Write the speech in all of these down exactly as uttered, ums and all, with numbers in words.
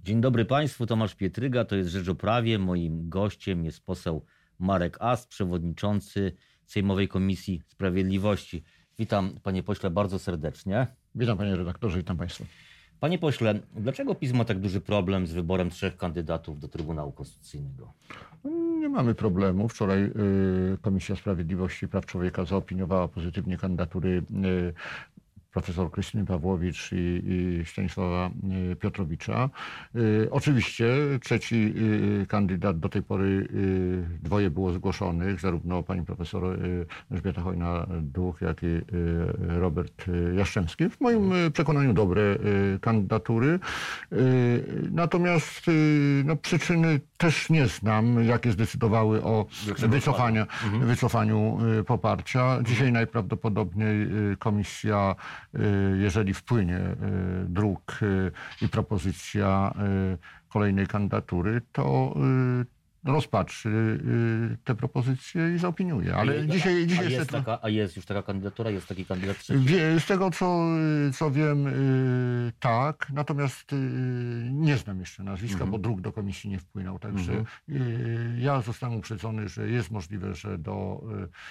Dzień dobry Państwu, Tomasz Pietryga, to jest Rzecz o Prawie. Moim gościem jest poseł Marek Ast, przewodniczący Sejmowej Komisji Sprawiedliwości. Witam panie pośle bardzo serdecznie. Witam panie redaktorze, witam państwa. Panie pośle, dlaczego PiS ma tak duży problem z wyborem trzech kandydatów do Trybunału Konstytucyjnego? Nie mamy problemu. Wczoraj y, Komisja Sprawiedliwości i Praw Człowieka zaopiniowała pozytywnie kandydatury y, profesor Krystyny Pawłowicz i, i Stanisława y, Piotrowicza. Y, oczywiście trzeci y, kandydat, do tej pory y, dwoje było zgłoszonych, zarówno pani profesor y, Elżbieta Chojna-Duch, jak i y, Robert y, Jastrzębski. W moim y, przekonaniu dobre y, kandydatury. Y, natomiast y, no, przyczyny też nie znam, jakie zdecydowały o wycofaniu, mhm. wycofaniu y, poparcia. Dzisiaj mhm. najprawdopodobniej y, komisja, jeżeli wpłynie druk i propozycja kolejnej kandydatury, to rozpatrzy te propozycje i zaopiniuje. Ale a, dzisiaj, a, dzisiaj a, jest jest taka, a jest już taka kandydatura? Jest taki kandydat trzeci? Z tego, co, co wiem, tak. Natomiast nie znam jeszcze nazwiska, mhm. bo druk do komisji nie wpłynął. Także mhm. ja zostałem uprzedzony, że jest możliwe, że do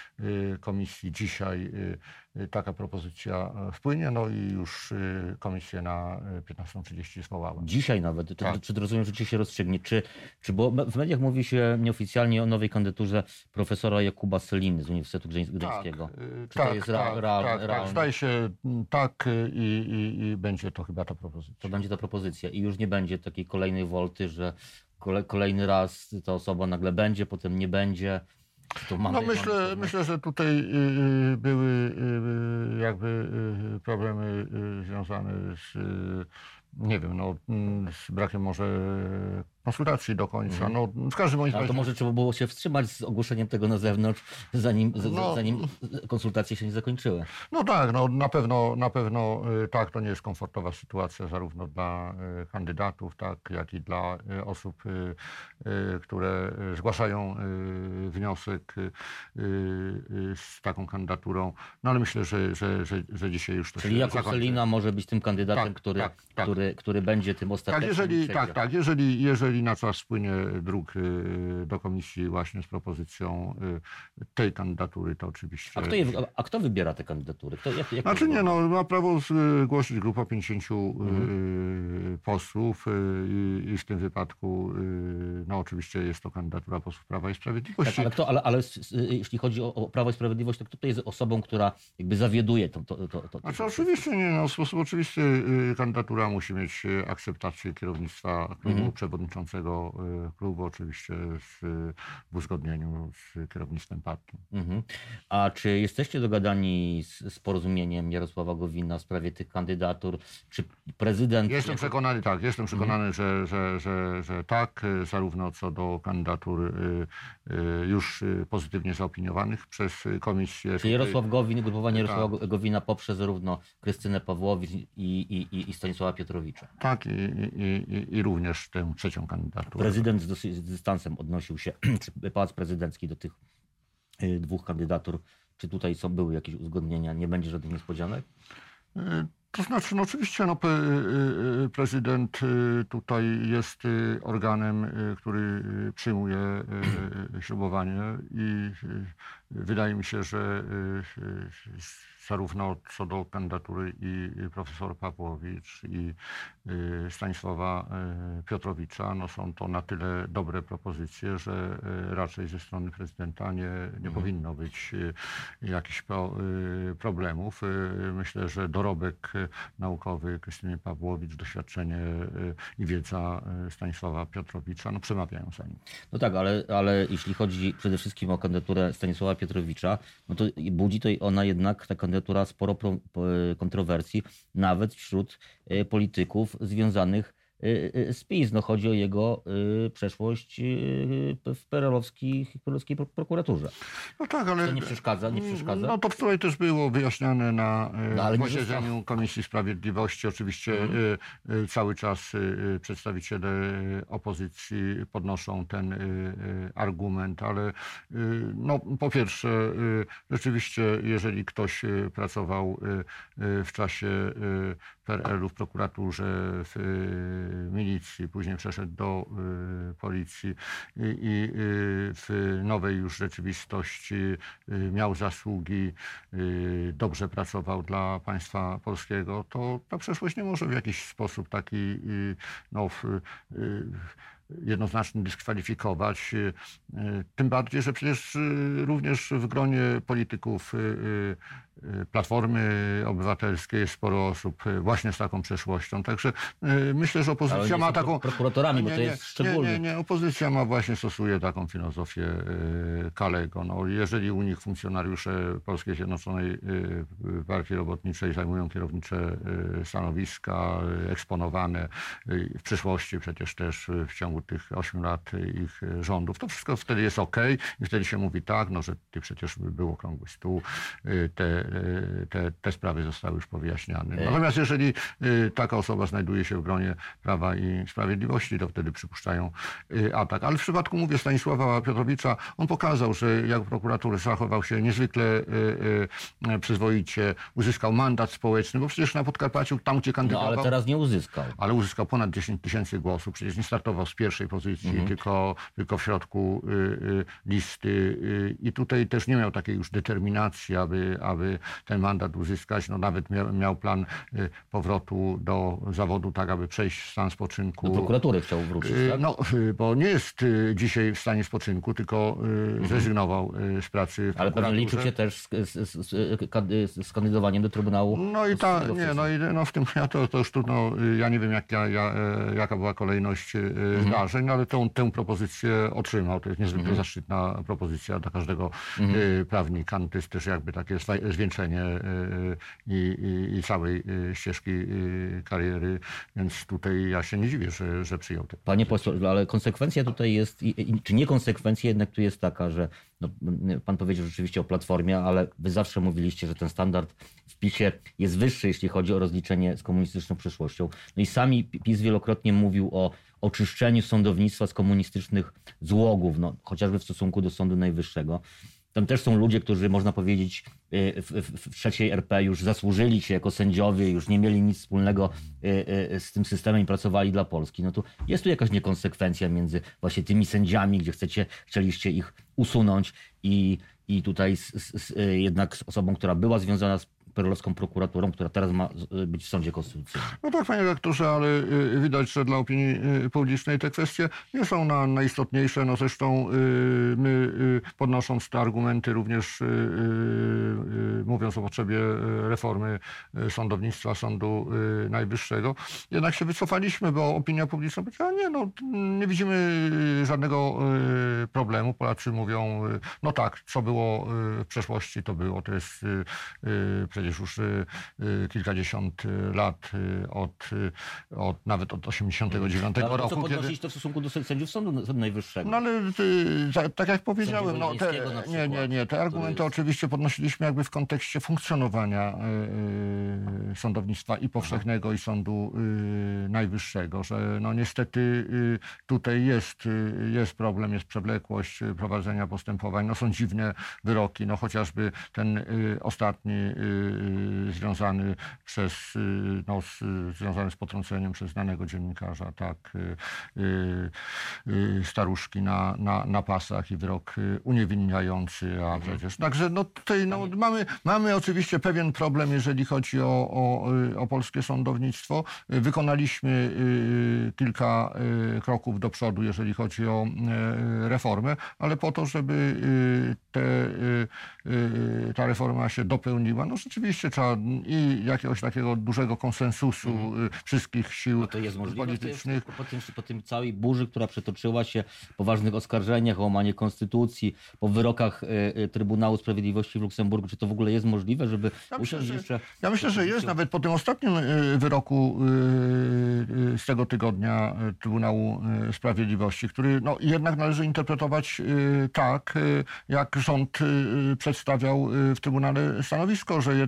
komisji dzisiaj taka propozycja wpłynie, no i już komisję na piętnastą trzydzieści zwołałem. Dzisiaj nawet? To, tak. Czy rozumiem, że dzisiaj się rozstrzygnie? Czy, czy bo w mediach mówi się nieoficjalnie o nowej kandydaturze profesora Jakuba Seliny z Uniwersytetu Gdańskiego. Tak, czy tak, to jest tak, ra, ra, tak, realne? tak. Zdaje się tak i, i, i będzie to chyba ta propozycja. To będzie ta propozycja i już nie będzie takiej kolejnej wolty, że kole, kolejny raz ta osoba nagle będzie, potem nie będzie. Mamy, no myślę, mamy myślę, że tutaj y, były y, jakby y, problemy y, związane z, y, nie wiem, no, z brakiem może konsultacji do końca. Mm. No, w każdym razie... Ale to może trzeba było się wstrzymać z ogłoszeniem tego na zewnątrz, zanim, no, zanim konsultacje się nie zakończyły. No tak, no, na pewno, na pewno tak, to nie jest komfortowa sytuacja zarówno dla kandydatów, tak, jak i dla osób, które zgłaszają wniosek z taką kandydaturą. No ale myślę, że, że, że, że dzisiaj już to Czyli się Jakub Selina może być tym kandydatem, tak, który, tak, tak. Który, który będzie tym ostatecznym. Tak, jeżeli, tak, tak, jeżeli, jeżeli na czas wpłynie druk do komisji właśnie z propozycją tej kandydatury, to oczywiście... A kto, je, a kto wybiera te kandydatury? Kto, jak, jak znaczy nie, no ma prawo zgłosić grupa pięćdziesięciu mhm. posłów i, i w tym wypadku no oczywiście jest to kandydatura posłów Prawa i Sprawiedliwości. Tak, ale, kto, ale, ale jeśli chodzi o, o Prawo i Sprawiedliwość, to kto to jest osobą, która jakby zawiaduje to? to, to, to znaczy oczywiście nie, no w sposób oczywisty kandydatura musi mieć akceptację kierownictwa klubu, mhm. przewodniczącego klubu, oczywiście z, w uzgodnieniu z kierownictwem partii. Mhm. A czy jesteście dogadani z, z porozumieniem Jarosława Gowina w sprawie tych kandydatur? Czy prezydent... Jestem przekonany, tak, jestem przekonany, mhm. że, że, że, że tak, zarówno co do kandydatur już pozytywnie zaopiniowanych przez komisję. Czyli Jarosław Gowin, grupowanie Jarosława tak. Gowina poprze zarówno Krystynę Pawłowicz i, i, i Stanisława Piotrowicza. Tak, i, i, i, i również tę trzecią kandydaturę. Prezydent z, dosyć, z dystansem odnosił się, czy Pałac Prezydencki do tych y, dwóch kandydatur. Czy tutaj są, były jakieś uzgodnienia? Nie będzie żadnych niespodzianek? To znaczy, no oczywiście no, prezydent tutaj jest organem, który przyjmuje ślubowanie i wydaje mi się, że zarówno co do kandydatury i profesor Pawłowicz i Stanisława Piotrowicza, no są to na tyle dobre propozycje, że raczej ze strony prezydenta nie, nie mhm. powinno być jakichś problemów. Myślę, że dorobek naukowy Krystyny Pawłowicz, doświadczenie i wiedza Stanisława Piotrowicza, no przemawiają za nim. No tak, ale, ale jeśli chodzi przede wszystkim o kandydaturę Stanisława Piotrowicza, no to budzi to ona jednak, ta kandydatura, sporo pro, kontrowersji, nawet wśród polityków związanych z PiS. No chodzi o jego y, przeszłość y, w perelowskiej prokuraturze. No tak, ale... To nie przeszkadza, nie przeszkadza? No to wczoraj też było wyjaśniane na no, posiedzeniu Komisji Sprawiedliwości. Oczywiście mhm. y, y, cały czas y, przedstawiciele opozycji podnoszą ten y, y, argument, ale y, no po pierwsze y, rzeczywiście, jeżeli ktoś y, pracował y, y, w czasie y, P R L-u w prokuraturze, w milicji, później przeszedł do policji i, i w nowej już rzeczywistości miał zasługi, dobrze pracował dla państwa polskiego, to ta przeszłość nie może w jakiś sposób taki no, jednoznacznie dyskwalifikować. Tym bardziej, że przecież również w gronie polityków Platformy Obywatelskiej jest sporo osób właśnie z taką przeszłością. Także myślę, że opozycja ma taką... prokuratorami, bo to nie, jest szczególnie. Nie, nie, nie, opozycja ma właśnie, stosuje taką filozofię Kalego. No, jeżeli u nich funkcjonariusze Polskiej Zjednoczonej Partii Robotniczej zajmują kierownicze stanowiska, eksponowane w przyszłości przecież też w ciągu tych ośmiu lat ich rządów, to wszystko wtedy jest okej i wtedy się mówi tak, no, że ty przecież był okrągły stół, te, te, te sprawy zostały już powyjaśniane. Natomiast jeżeli taka osoba znajduje się w gronie Prawa i Sprawiedliwości, to wtedy przypuszczają atak. Ale w przypadku, mówię, Stanisława Piotrowicza, on pokazał, że jako prokurator zachował się niezwykle przyzwoicie, uzyskał mandat społeczny, bo przecież na Podkarpaciu, tam gdzie kandydował... No ale teraz nie uzyskał. Ale uzyskał ponad dziesięć tysięcy głosów, przecież nie startował z pierwszej pozycji, mhm. tylko, tylko w środku y, y, listy y, i tutaj też nie miał takiej już determinacji, aby, aby ten mandat uzyskać. No nawet miał, miał plan y, powrotu do zawodu, tak aby przejść w stan spoczynku. Do prokuratury chciał wrócić, tak? No, y, bo nie jest y, dzisiaj w stanie spoczynku, tylko y, mhm. zrezygnował y, z pracy w Ale pewnie liczył się też z, z, z, z, z kandydowaniem do Trybunału. No i ta, nie, no i no w tym, ja to, to już trudno, ja nie wiem jak ja, ja, jaka była kolejność mhm. zdarzeń, ale tę, tę propozycję otrzymał. To jest niezwykle mhm. zaszczytna propozycja dla każdego mhm. y, prawnika. To jest też jakby takie zwieńczenie y, y, i całej y, ścieżki y, kariery, więc tutaj ja się nie dziwię, że, że przyjął te. Panie pośle, ale konsekwencja tutaj jest, czy nie konsekwencja jednak tu jest taka, że no, pan powiedział rzeczywiście o Platformie, ale wy zawsze mówiliście, że ten standard w PiSie jest wyższy, jeśli chodzi o rozliczenie z komunistyczną przeszłością. No i sami PiS wielokrotnie mówił o oczyszczeniu sądownictwa z komunistycznych złogów, no, chociażby w stosunku do Sądu Najwyższego. Tam też są ludzie, którzy, można powiedzieć, w, w, w trzeciej R P już zasłużyli się jako sędziowie, już nie mieli nic wspólnego z tym systemem i pracowali dla Polski. No to jest tu jakaś niekonsekwencja między właśnie tymi sędziami, gdzie chcecie, chcieliście ich usunąć i, i tutaj z, z, z, jednak z osobą, która była związana z perelowską prokuraturą, która teraz ma być w sądzie konstytucyjnym. No tak, panie rektorze, ale widać, że dla opinii publicznej te kwestie nie są na, najistotniejsze. No zresztą my, podnosząc te argumenty, również mówiąc o potrzebie reformy sądownictwa, Sądu Najwyższego, jednak się wycofaliśmy, bo opinia publiczna powiedziała, nie, no nie widzimy żadnego problemu. Polacy mówią, no tak, co było w przeszłości, to było. To jest przecież już kilkadziesiąt lat od, od nawet od osiemdziesiątego dziewiątego no, roku. Co podnosić kiedy... to w stosunku do sędziów Sądu, Sądu Najwyższego? No ale tak, tak jak powiedziałem, no, te, nie, nie, nie, te argumenty jest... oczywiście podnosiliśmy jakby w kontekście funkcjonowania y, sądownictwa i powszechnego Aha. i Sądu y, Najwyższego, że no niestety y, tutaj jest, y, jest problem, jest przewlekłość prowadzenia postępowań, no są dziwne wyroki, no chociażby ten y, ostatni y, związany przez, no, z, związany z potrąceniem przez znanego dziennikarza, tak, staruszki na, na, na pasach i wyrok uniewinniający, a przecież. Także no tutaj no, mamy, mamy oczywiście pewien problem, jeżeli chodzi o, o, o polskie sądownictwo. Wykonaliśmy kilka kroków do przodu, jeżeli chodzi o reformę, ale po to, żeby te, ta reforma się dopełniła, no rzeczywiście trzeba i jakiegoś takiego dużego konsensusu mm. wszystkich sił no to jest możliwe, politycznych. To jest, po, tym, po tym całej burzy, która przetoczyła się, po ważnych oskarżeniach o łamanie konstytucji, po wyrokach y, Trybunału Sprawiedliwości w Luksemburgu, czy to w ogóle jest możliwe, żeby ja myślę, usiąść że, jeszcze... Ja myślę, że jest. Nawet po tym ostatnim wyroku z tego tygodnia Trybunału Sprawiedliwości, który no, jednak należy interpretować tak, jak rząd przedstawiał w Trybunale stanowisko, że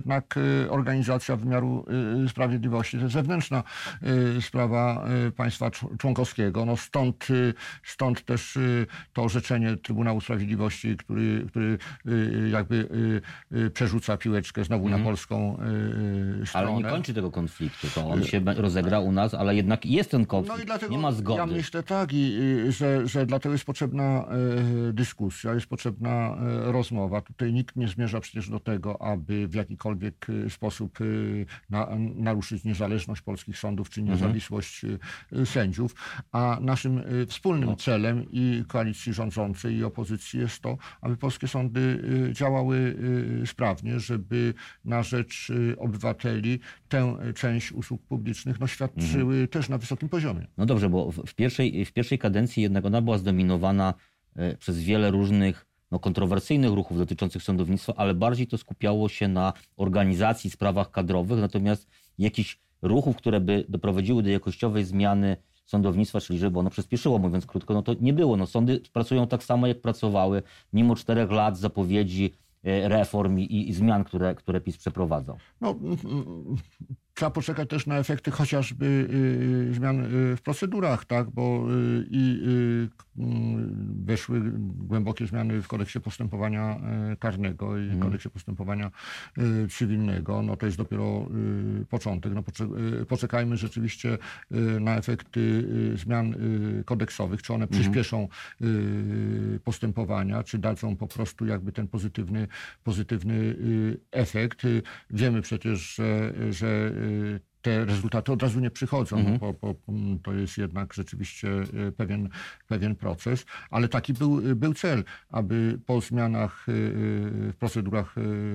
jednak organizacja wymiaru sprawiedliwości. To jest zewnętrzna sprawa państwa członkowskiego. No stąd, stąd też to orzeczenie Trybunału Sprawiedliwości, który, który jakby przerzuca piłeczkę znowu mm. na polską stronę. Ale nie kończy tego konfliktu. To on się rozegra u nas, ale jednak jest ten konflikt. No i dlatego nie ma zgody. Ja myślę tak, i, że, że dlatego jest potrzebna dyskusja, jest potrzebna rozmowa. Tutaj nikt nie zmierza przecież do tego, aby w jakikolwiek sposób na, naruszyć niezależność polskich sądów czy niezawisłość mhm. sędziów, a naszym wspólnym no. celem i koalicji rządzącej i opozycji jest to, aby polskie sądy działały sprawnie, żeby na rzecz obywateli tę część usług publicznych no, świadczyły mhm. też na wysokim poziomie. No dobrze, bo w pierwszej, w pierwszej kadencji jednak ona była zdominowana przez wiele różnych no, kontrowersyjnych ruchów dotyczących sądownictwa, ale bardziej to skupiało się na organizacji, sprawach kadrowych, natomiast jakichś ruchów, które by doprowadziły do jakościowej zmiany sądownictwa, czyli żeby ono przyspieszyło, mówiąc krótko, no to nie było. No, sądy pracują tak samo, jak pracowały, mimo czterech lat zapowiedzi reform i, i zmian, które, które PiS przeprowadzał. No, trzeba poczekać też na efekty chociażby y, zmian y, w procedurach, tak, bo y, i y, weszły głębokie zmiany w kodeksie postępowania y, karnego i hmm. kodeksie postępowania y, cywilnego. No to jest dopiero y, początek. No, poczek y, poczekajmy rzeczywiście y, na efekty y, zmian y, kodeksowych, czy one hmm. przyspieszą y, postępowania, czy dadzą po prostu jakby ten pozytywny, pozytywny y, efekt. Y, wiemy przecież, że, że te rezultaty od razu nie przychodzą, mhm. bo, bo to jest jednak rzeczywiście pewien, pewien proces, ale taki był, był cel, aby po zmianach w procedurach,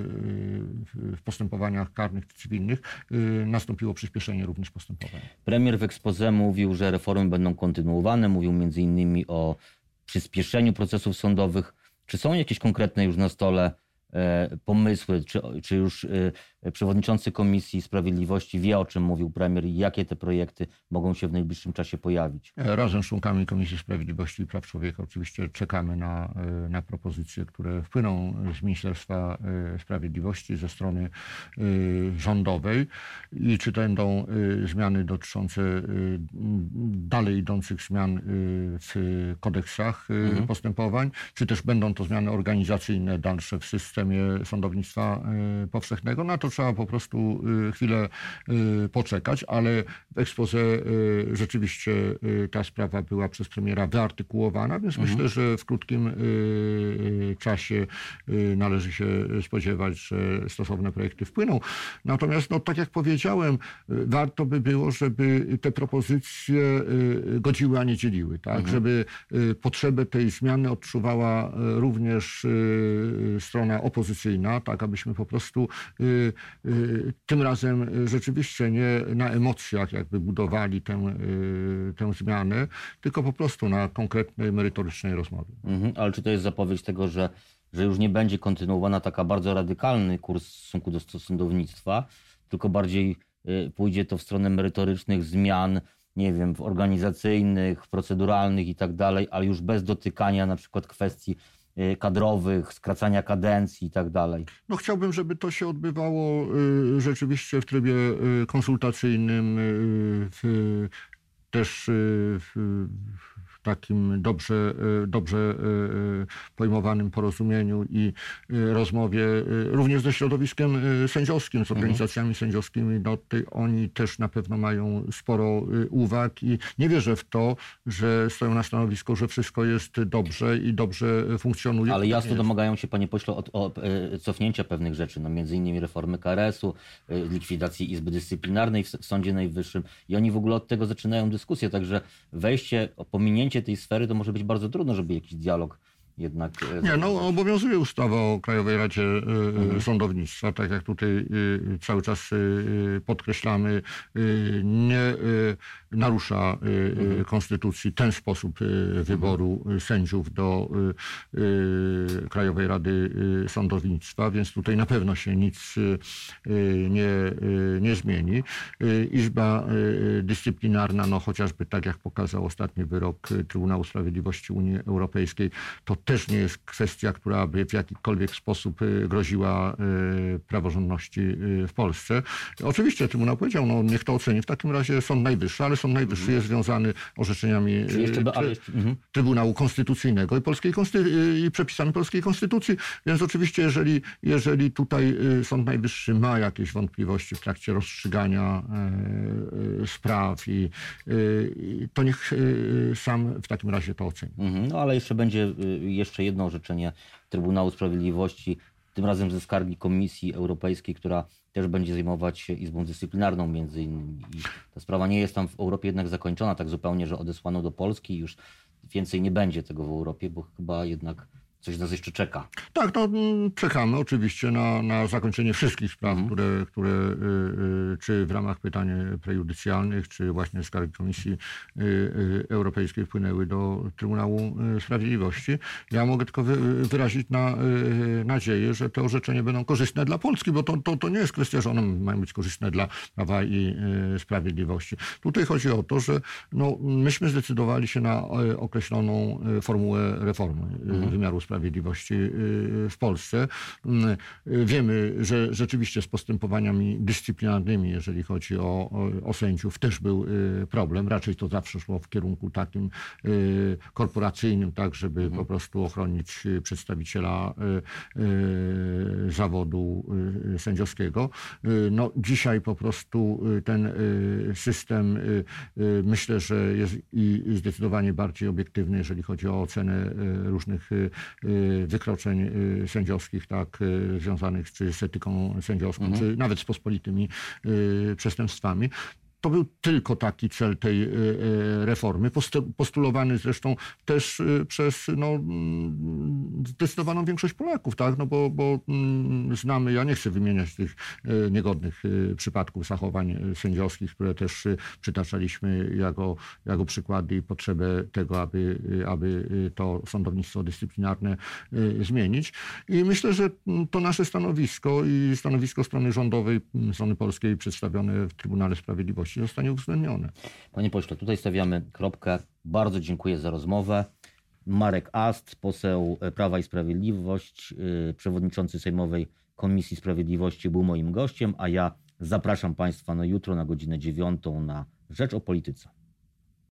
w postępowaniach karnych, cywilnych nastąpiło przyspieszenie również postępowań. Premier w exposé mówił, że reformy będą kontynuowane, mówił między innymi o przyspieszeniu procesów sądowych. Czy są jakieś konkretne już na stole pomysły, czy, czy już przewodniczący Komisji Sprawiedliwości wie, o czym mówił premier i jakie te projekty mogą się w najbliższym czasie pojawić? Razem z członkami Komisji Sprawiedliwości i Praw Człowieka oczywiście czekamy na, na propozycje, które wpłyną z Ministerstwa Sprawiedliwości, ze strony rządowej i czy to będą zmiany dotyczące dalej idących zmian w kodeksach mhm. postępowań, czy też będą to zmiany organizacyjne dalsze w systemie sądownictwa powszechnego. Na to trzeba po prostu chwilę poczekać, ale w exposé rzeczywiście ta sprawa była przez premiera wyartykułowana, więc mhm. myślę, że w krótkim czasie należy się spodziewać, że stosowne projekty wpłyną. Natomiast, no, tak jak powiedziałem, warto by było, żeby te propozycje godziły, a nie dzieliły. Tak? Mhm. Żeby potrzebę tej zmiany odczuwała również strona opozycyjna, tak abyśmy po prostu y, y, tym razem rzeczywiście nie na emocjach jakby budowali tę, y, tę zmianę, tylko po prostu na konkretnej, merytorycznej rozmowie. Mhm, ale czy to jest zapowiedź tego, że, że już nie będzie kontynuowana taka bardzo radykalny kurs w stosunku do sądownictwa, tylko bardziej y, pójdzie to w stronę merytorycznych zmian, nie wiem, organizacyjnych, proceduralnych i tak dalej, ale już bez dotykania na przykład kwestii kadrowych, skracania kadencji i tak dalej. No chciałbym, żeby to się odbywało y, rzeczywiście w trybie y, konsultacyjnym, y, w, też y, w, w takim dobrze, dobrze pojmowanym porozumieniu i rozmowie również ze środowiskiem sędziowskim, z organizacjami mhm. sędziowskimi. No, oni też na pewno mają sporo uwag i nie wierzę w to, że stoją na stanowisku, że wszystko jest dobrze i dobrze funkcjonuje. Ale jasno domagają się, panie pośle, o, o cofnięcia pewnych rzeczy, no między innymi reformy K R S u, likwidacji Izby Dyscyplinarnej w Sądzie Najwyższym i oni w ogóle od tego zaczynają dyskusję, także wejście, pominięcie tej sfery to może być bardzo trudno, żeby jakiś dialog jednak... Nie, no obowiązuje ustawa o Krajowej Radzie mhm. Sądownictwa, tak jak tutaj cały czas podkreślamy, nie narusza mhm. konstytucji ten sposób wyboru mhm. sędziów do Krajowej Rady Sądownictwa, więc tutaj na pewno się nic nie, nie zmieni. Izba Dyscyplinarna, no chociażby tak jak pokazał ostatni wyrok Trybunału Sprawiedliwości Unii Europejskiej, to też nie jest kwestia, która by w jakikolwiek sposób groziła praworządności w Polsce. Oczywiście Trybunał powiedział, no niech to oceni w takim razie Sąd Najwyższy, ale Sąd Najwyższy mhm. jest związany orzeczeniami jeszcze by, ale jeszcze, mhm. Trybunału Konstytucyjnego i, polskiej konsty- i przepisami polskiej konstytucji, więc oczywiście jeżeli, jeżeli tutaj Sąd Najwyższy ma jakieś wątpliwości w trakcie rozstrzygania e, spraw, i, e, to niech e, sam w takim razie to oceni. Mhm. No ale jeszcze będzie jeszcze jedno orzeczenie Trybunału Sprawiedliwości, tym razem ze skargi Komisji Europejskiej, która też będzie zajmować się Izbą Dyscyplinarną między innymi. I ta sprawa nie jest tam w Europie jednak zakończona tak zupełnie, że odesłano do Polski i już więcej nie będzie tego w Europie, bo chyba jednak coś nas jeszcze czeka. Tak, no czekamy oczywiście na, na zakończenie wszystkich spraw, mhm. które, które y, y, czy w ramach pytań prejudycjalnych, czy właśnie skargi Komisji y, y, Europejskiej wpłynęły do Trybunału Sprawiedliwości. Ja mogę tylko wy, wyrazić na, y, nadzieję, że te orzeczenia będą korzystne dla Polski, bo to, to, to nie jest kwestia, że one mają być korzystne dla Prawa i y, Sprawiedliwości. Tutaj chodzi o to, że no, myśmy zdecydowali się na y, określoną y, formułę reformy mhm. y, wymiaru sprawiedliwości w Polsce. Wiemy, że rzeczywiście z postępowaniami dyscyplinarnymi, jeżeli chodzi o, o, o sędziów, też był problem. Raczej to zawsze szło w kierunku takim korporacyjnym, tak, żeby mhm. po prostu ochronić przedstawiciela zawodu sędziowskiego. No, dzisiaj po prostu ten system myślę, że jest i zdecydowanie bardziej obiektywny, jeżeli chodzi o ocenę różnych wykroczeń sędziowskich, tak, związanych czy z etyką sędziowską, mhm. czy nawet z pospolitymi przestępstwami. To był tylko taki cel tej reformy, postulowany zresztą też przez no, zdecydowaną większość Polaków, tak? No bo, bo znamy, ja nie chcę wymieniać tych niegodnych przypadków zachowań sędziowskich, które też przytaczaliśmy jako, jako przykłady i potrzebę tego, aby, aby to sądownictwo dyscyplinarne zmienić. I myślę, że to nasze stanowisko i stanowisko strony rządowej, strony polskiej przedstawione w Trybunale Sprawiedliwości zostanie uwzględnione. Panie pośle, tutaj stawiamy kropkę. Bardzo dziękuję za rozmowę. Marek Ast, poseł Prawa i Sprawiedliwość, przewodniczący Sejmowej Komisji Sprawiedliwości, był moim gościem, a ja zapraszam Państwa na jutro na godzinę dziewiątą na Rzecz o Polityce.